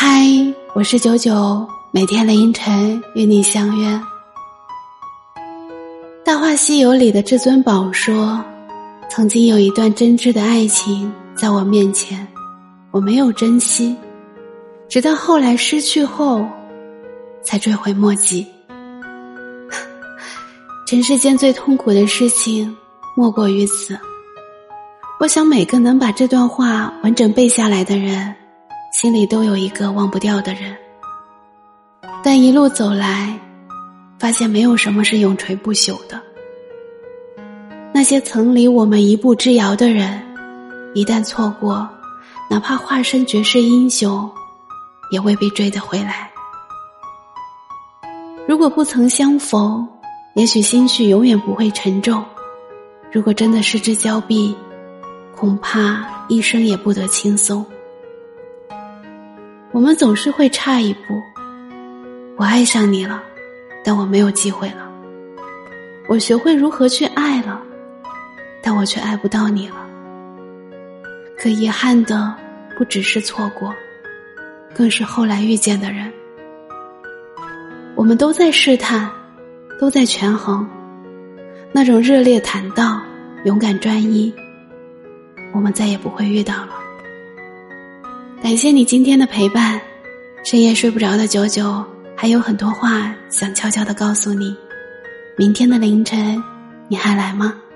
嗨，我是99，每天凌晨与你相约。大话西游里的至尊宝说，曾经有一段真挚的爱情在我面前，我没有珍惜，直到后来失去后才追悔莫及。人世间最痛苦的事情莫过于此。我想每个能把这段话完整背下来的人，心里都有一个忘不掉的人。但一路走来，发现没有什么是永垂不朽的。那些曾离我们一步之遥的人，一旦错过，哪怕化身绝世英雄，也未必追得回来。如果不曾相逢，也许心绪永远不会沉重；如果真的失之交臂，恐怕一生也不得轻松。我们总是会差一步，我爱上你了，但我没有机会了；我学会如何去爱了，但我却爱不到你了。可遗憾的不只是错过，更是后来遇见的人。我们都在试探，都在权衡，那种热烈坦荡、勇敢专一，我们再也不会遇到了。感谢你今天的陪伴，深夜睡不着的99，还有很多话想悄悄地告诉你。明天的凌晨，你还来吗？